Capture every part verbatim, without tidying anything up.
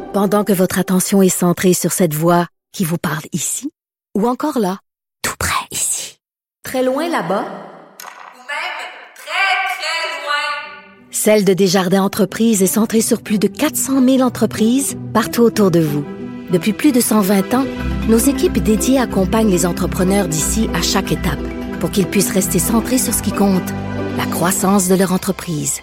Pendant que votre attention est centrée sur cette voix qui vous parle ici, ou encore là, tout près ici, très loin là-bas, ou même très, très loin, Celle de Desjardins Entreprises est centrée sur plus de quatre cent mille entreprises partout autour de vous. Depuis plus de cent vingt ans, nos équipes dédiées accompagnent les entrepreneurs d'ici à chaque étape pour qu'ils puissent rester centrés sur ce qui compte, la croissance de leur entreprise.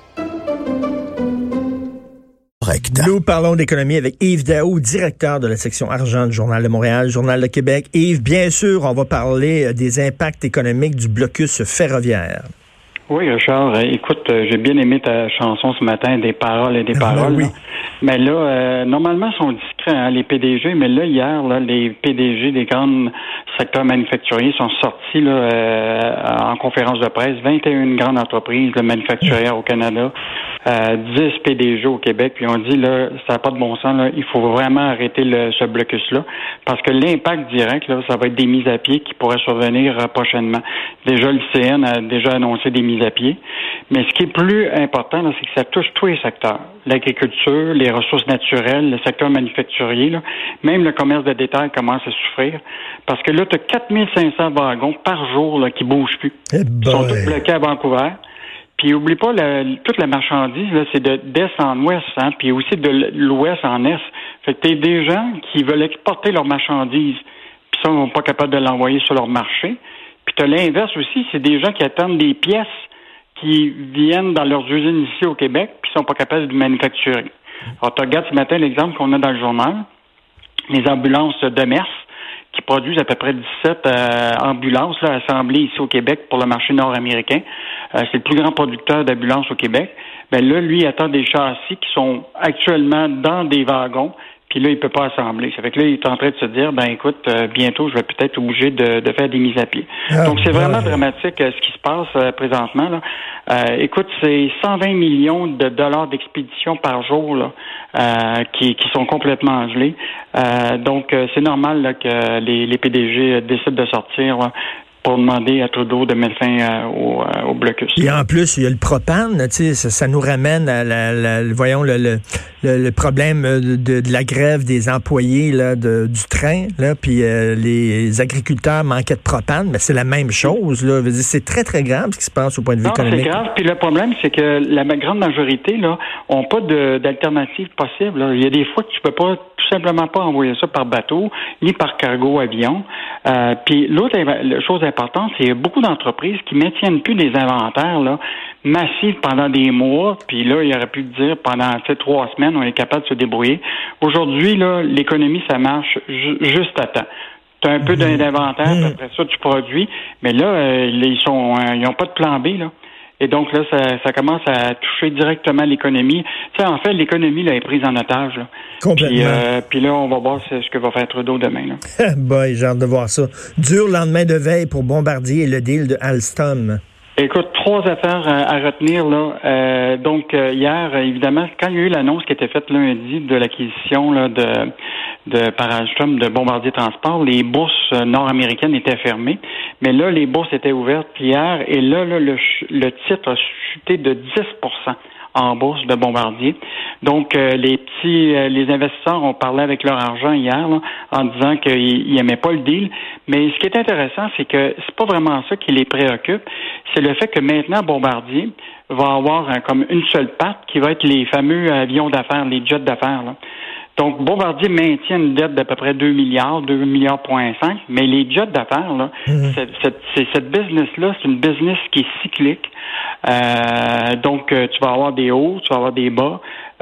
Nous parlons d'économie avec Yves Daou, directeur de la section argent du Journal de Montréal, Journal de Québec. Yves, bien sûr, on va parler des impacts économiques du blocus ferroviaire. Oui, Richard, écoute, j'ai bien aimé ta chanson ce matin, des paroles et des paroles. Ah, oui. Là. Mais là, euh, normalement, ils sont discrets, hein, les P D G, mais là, hier, là, les P D G des grands secteurs manufacturiers sont sortis là, euh, en conférence de presse, vingt et une grandes entreprises là, manufacturières au Canada, euh, dix P D G au Québec, puis on dit, là, ça n'a pas de bon sens, là, il faut vraiment arrêter le, ce blocus-là, parce que l'impact direct, là, ça va être des mises à pied qui pourraient survenir euh, prochainement. Déjà, l'I C N a déjà annoncé des mises à pied, mais ce qui est plus important, là, c'est que ça touche tous les secteurs. L'agriculture, les ressources naturelles, le secteur manufacturier, là, même le commerce de détail commence à souffrir. Parce que là, tu as quatre mille cinq cents wagons par jour là, qui ne bougent plus. Eh Ils sont tous bloqués à Vancouver. Puis oublie pas, la, toute la marchandise, là, c'est de d'est en ouest, hein, puis aussi de l'ouest en est. Fait que tu as des gens qui veulent exporter leurs marchandises, puis ça, ils sont pas capables de l'envoyer sur leur marché. Puis tu as l'inverse aussi, c'est des gens qui attendent des pièces qui viennent dans leurs usines ici au Québec, puis sont pas capables de manufacturer. Alors, tu regardes ce matin l'exemple qu'on a dans le journal, les ambulances de Demers, qui produisent à peu près dix-sept euh, ambulances là, assemblées ici au Québec pour le marché nord-américain. Euh, c'est le plus grand producteur d'ambulances au Québec. Ben là, lui, il attend des châssis qui sont actuellement dans des wagons, puis là, il peut pas assembler. Ça fait que là, il est en train de se dire, ben écoute, euh, bientôt, je vais peut-être être obligé de, de faire des mises à pied. Ah, Donc, c'est vraiment ouais. dramatique euh, ce qui se passe euh, présentement. Là. Euh, écoute, c'est cent vingt millions de dollars d'expédition par jour là, euh, qui, qui sont complètement gelés. Euh, donc, euh, c'est normal là, que les, les P D G décident de sortir là, pour demander à Trudeau de mettre fin euh, au, euh, au blocus. Et en plus, il y a le propane, tu sais, ça, ça nous ramène à la, la, la voyons le, le, le, le problème de, de la grève des employés là, de, du train, là, puis euh, les agriculteurs manquaient de propane, mais c'est la même chose, là. C'est très, très grave ce qui se passe au point de vue non, économique. C'est grave, puis le problème, c'est que la grande majorité, là, ont pas de, d'alternative possible, là. Il y a des fois que tu peux pas tout simplement pas envoyer ça par bateau, ni par cargo avion. Euh, puis l'autre chose importante, c'est qu'il y a beaucoup d'entreprises qui maintiennent plus des inventaires là, massifs pendant des mois, puis là, il aurait pu dire pendant trois semaines, on est capable de se débrouiller. Aujourd'hui, là, l'économie, ça marche ju- juste à temps. Tu as un peu mmh. d'inventaire, puis après ça, tu produis, mais là, euh, ils sont euh, ils n'ont pas de plan B, là. Et donc là, ça, ça commence à toucher directement l'économie. Tu sais, en fait, l'économie là, est prise en otage. Là. Complètement. Puis, euh, puis là, on va voir ce, ce que va faire Trudeau demain. Là. Boy, j'ai hâte de voir ça. Dur lendemain de veille pour Bombardier et le deal de Alstom. Écoute, trois affaires à, à retenir là. Euh, donc euh, hier, évidemment, quand il y a eu l'annonce qui était faite lundi de l'acquisition là, de de par Alstom de Bombardier Transport, les bourses nord-américaines étaient fermées, mais là les bourses étaient ouvertes hier et là, là le, le titre a chuté de dix pour cent en bourse de Bombardier. Donc euh, les petits euh, les investisseurs ont parlé avec leur argent hier là, en disant qu'ils n'aimaient pas le deal, mais ce qui est intéressant, c'est que c'est pas vraiment ça qui les préoccupe, c'est le fait que maintenant Bombardier va avoir hein, comme une seule patte qui va être les fameux avions d'affaires, les jets d'affaires là. Donc, Bombardier maintient une dette d'à peu près deux milliards, deux milliards point cinq, mais les jets d'affaires, là, mmh. cette, cette, c'est, cette business-là, c'est une business qui est cyclique. Euh, donc, tu vas avoir des hauts, tu vas avoir des bas.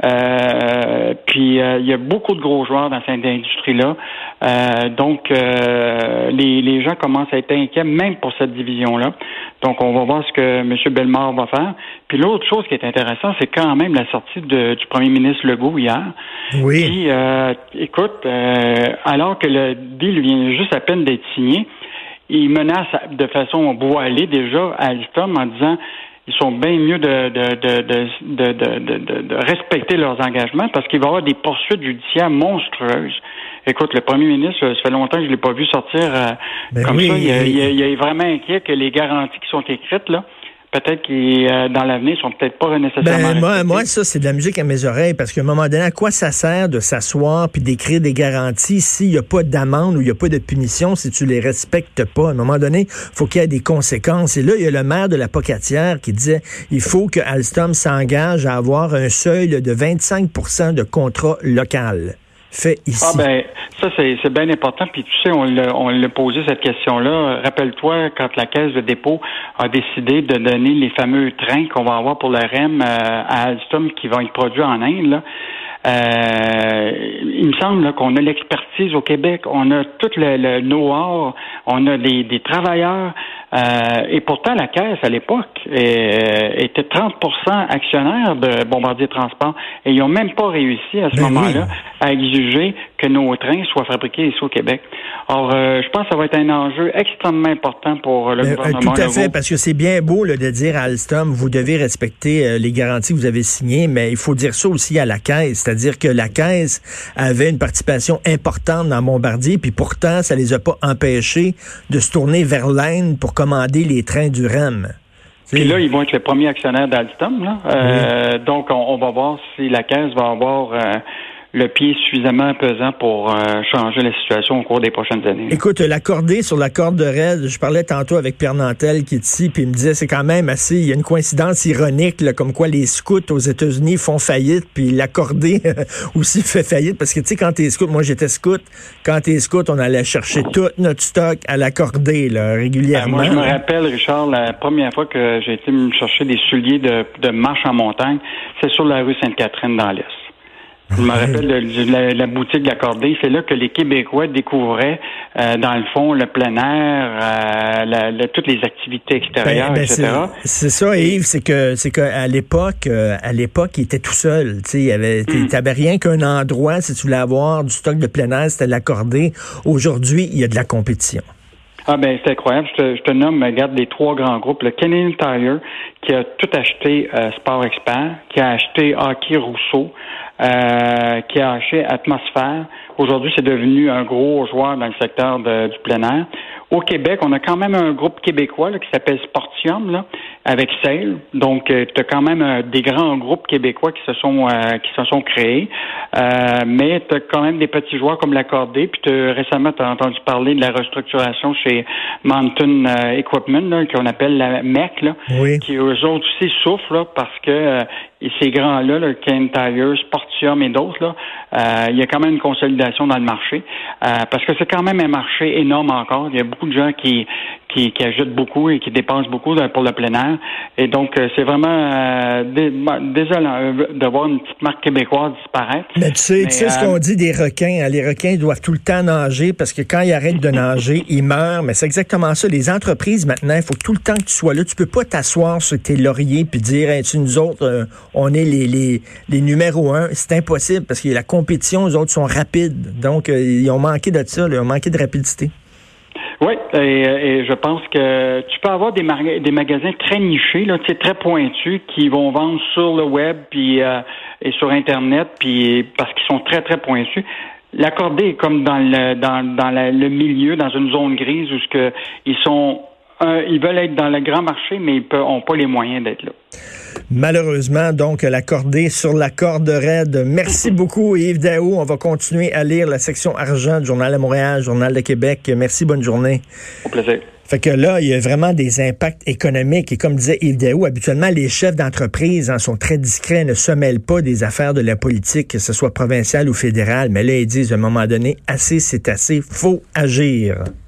Euh, puis, euh, il y a beaucoup de gros joueurs dans cette industrie-là. Euh, donc, euh, les, les gens commencent à être inquiets, même pour cette division-là. Donc, on va voir ce que M. Bellemare va faire. Puis, l'autre chose qui est intéressante, c'est quand même la sortie de, du premier ministre Legault hier. Oui. Qui, euh, écoute, euh, alors que le deal vient juste à peine d'être signé, il menace de façon voilée déjà à Alstom en disant ils sont bien mieux de, de, de, de, de, de, de, de respecter leurs engagements parce qu'il va y avoir des poursuites judiciaires monstrueuses. Écoute, le premier ministre, ça fait longtemps que je ne l'ai pas vu sortir euh, ben comme oui, ça. Il, oui. il, il est vraiment inquiet que les garanties qui sont écrites, là, peut-être qui, euh, dans l'avenir, sont peut-être pas nécessairement ben, moi, respectés. moi, ça, c'est de la musique à mes oreilles, parce qu'à un moment donné, à quoi ça sert de s'asseoir puis d'écrire des garanties s'il n'y a pas d'amende ou il n'y a pas de punition si tu les respectes pas? À un moment donné, faut qu'il y ait des conséquences. Et là, il y a le maire de la Pocatière qui disait il faut que Alstom s'engage à avoir un seuil là, de vingt-cinq pour cent de contrat local fait ici. Ah ben, ça c'est, c'est bien important. Puis tu sais, on l'a, on l'a posé cette question-là. Rappelle-toi quand la Caisse de dépôt a décidé de donner les fameux trains qu'on va avoir pour le R E M euh, à Alstom qui vont être produits en Inde, là. Euh, il me semble là, qu'on a l'expertise au Québec, on a tout le, le know-how, on a des, des travailleurs, euh, et pourtant la Caisse à l'époque euh, était trente pour cent actionnaire de Bombardier Transport, et ils n'ont même pas réussi à ce ben moment-là oui. à exiger que nos trains soient fabriqués ici au Québec. Or, euh, je pense que ça va être un enjeu extrêmement important pour le Ben, gouvernement. tout à Legault. fait, parce que c'est bien beau là, de dire à Alstom, vous devez respecter euh, les garanties que vous avez signées, mais il faut dire ça aussi à la Caisse, c'est-à-dire que la Caisse avait une participation importante dans Bombardier, puis pourtant, ça les a pas empêchés de se tourner vers l'Inde pour commander les trains du R E M. Puis là, ils vont être le premier actionnaire d'Alstom. Là. Euh, oui. Donc, on, on va voir si la Caisse va avoir euh, le pied suffisamment pesant pour euh, changer la situation au cours des prochaines années. Écoute, l'accordé sur la corde de raid, je parlais tantôt avec Pierre Nantel qui est ici, puis il me disait c'est quand même assez, il y a une coïncidence ironique, là, comme quoi les scouts aux États-Unis font faillite, puis l'accordé aussi fait faillite, parce que tu sais, quand t'es scout, moi j'étais scout, quand t'es scout, on allait chercher tout notre stock à l'accordé, là, régulièrement. Euh, moi, je me rappelle, Richard, la première fois que j'ai été me chercher des souliers de, de marche en montagne, c'est sur la rue Sainte-Catherine dans l'Est. Je me rappelle de, de la, la boutique de l'accordé. C'est là que les Québécois découvraient, euh, dans le fond, le plein air, euh, la, la, toutes les activités extérieures, ben, ben et cetera. C'est, c'est ça, Yves, c'est que c'est qu'à l'époque, euh, à l'époque, il était tout seul. Tu sais, il y avait, mm. t'avais rien qu'un endroit si tu voulais avoir du stock de plein air, c'était l'accordé. Aujourd'hui, il y a de la compétition. Ah ben c'est incroyable. Je te, je te nomme, regarde, les trois grands groupes. Le Canadian Tire, qui a tout acheté euh, Sport Expert, qui a acheté Hockey Rousseau, euh, qui a acheté Atmosphère. Aujourd'hui, c'est devenu un gros joueur dans le secteur de, du plein air. Au Québec, on a quand même un groupe québécois là, qui s'appelle Sportium, là, avec Sail. Donc, euh, tu as quand même euh, des grands groupes québécois qui se sont euh, qui se sont créés. Euh, mais tu as quand même des petits joueurs comme l'accordé. Puis t'as, récemment, tu as entendu parler de la restructuration chez Mountain euh, Equipment, là, qu'on appelle la M E C, là, oui. qui eux autres aussi souffrent là, parce que euh, et ces grands-là, le Canadian Tire, Sportium et d'autres, là, euh, il y a quand même une consolidation dans le marché. Euh, parce que c'est quand même un marché énorme encore. Il y a beaucoup de gens qui, qui, qui ajoutent beaucoup et qui dépensent beaucoup pour le plein air. Et donc, euh, c'est vraiment euh, dé, désolant de voir une petite marque québécoise disparaître. Mais tu sais, Mais, tu sais euh, ce qu'on dit des requins. Hein? Les requins doivent tout le temps nager parce que quand ils arrêtent de nager, ils meurent. Mais c'est exactement ça. Les entreprises, maintenant, il faut tout le temps que tu sois là. Tu peux pas t'asseoir sur tes lauriers puis dire, hey, tu nous autres, euh, on est les, les, les numéros un. C'est impossible parce que la compétition, les autres sont rapides. Donc, euh, ils ont manqué de ça. Là. Ils ont manqué de rapidité. Oui, et, et je pense que tu peux avoir des, mar- des magasins très nichés, là, très pointus, qui vont vendre sur le web puis euh, et sur Internet, puis parce qu'ils sont très, très pointus. L'accordé est comme dans le dans, dans la, le milieu, dans une zone grise où ce que ils sont euh, ils veulent être dans le grand marché, mais ils n'ont pas les moyens d'être là. Malheureusement, donc, l'accordé sur la corde raide. Merci beaucoup, Yves Daou. On va continuer à lire la section argent du Journal de Montréal, Journal de Québec. Merci, bonne journée. Au plaisir. Fait que là, il y a vraiment des impacts économiques. Et comme disait Yves Daou, habituellement, les chefs d'entreprise hein, sont très discrets, ne se mêlent pas des affaires de la politique, que ce soit provinciale ou fédérale. Mais là, ils disent, à un moment donné, assez, c'est assez, faut agir.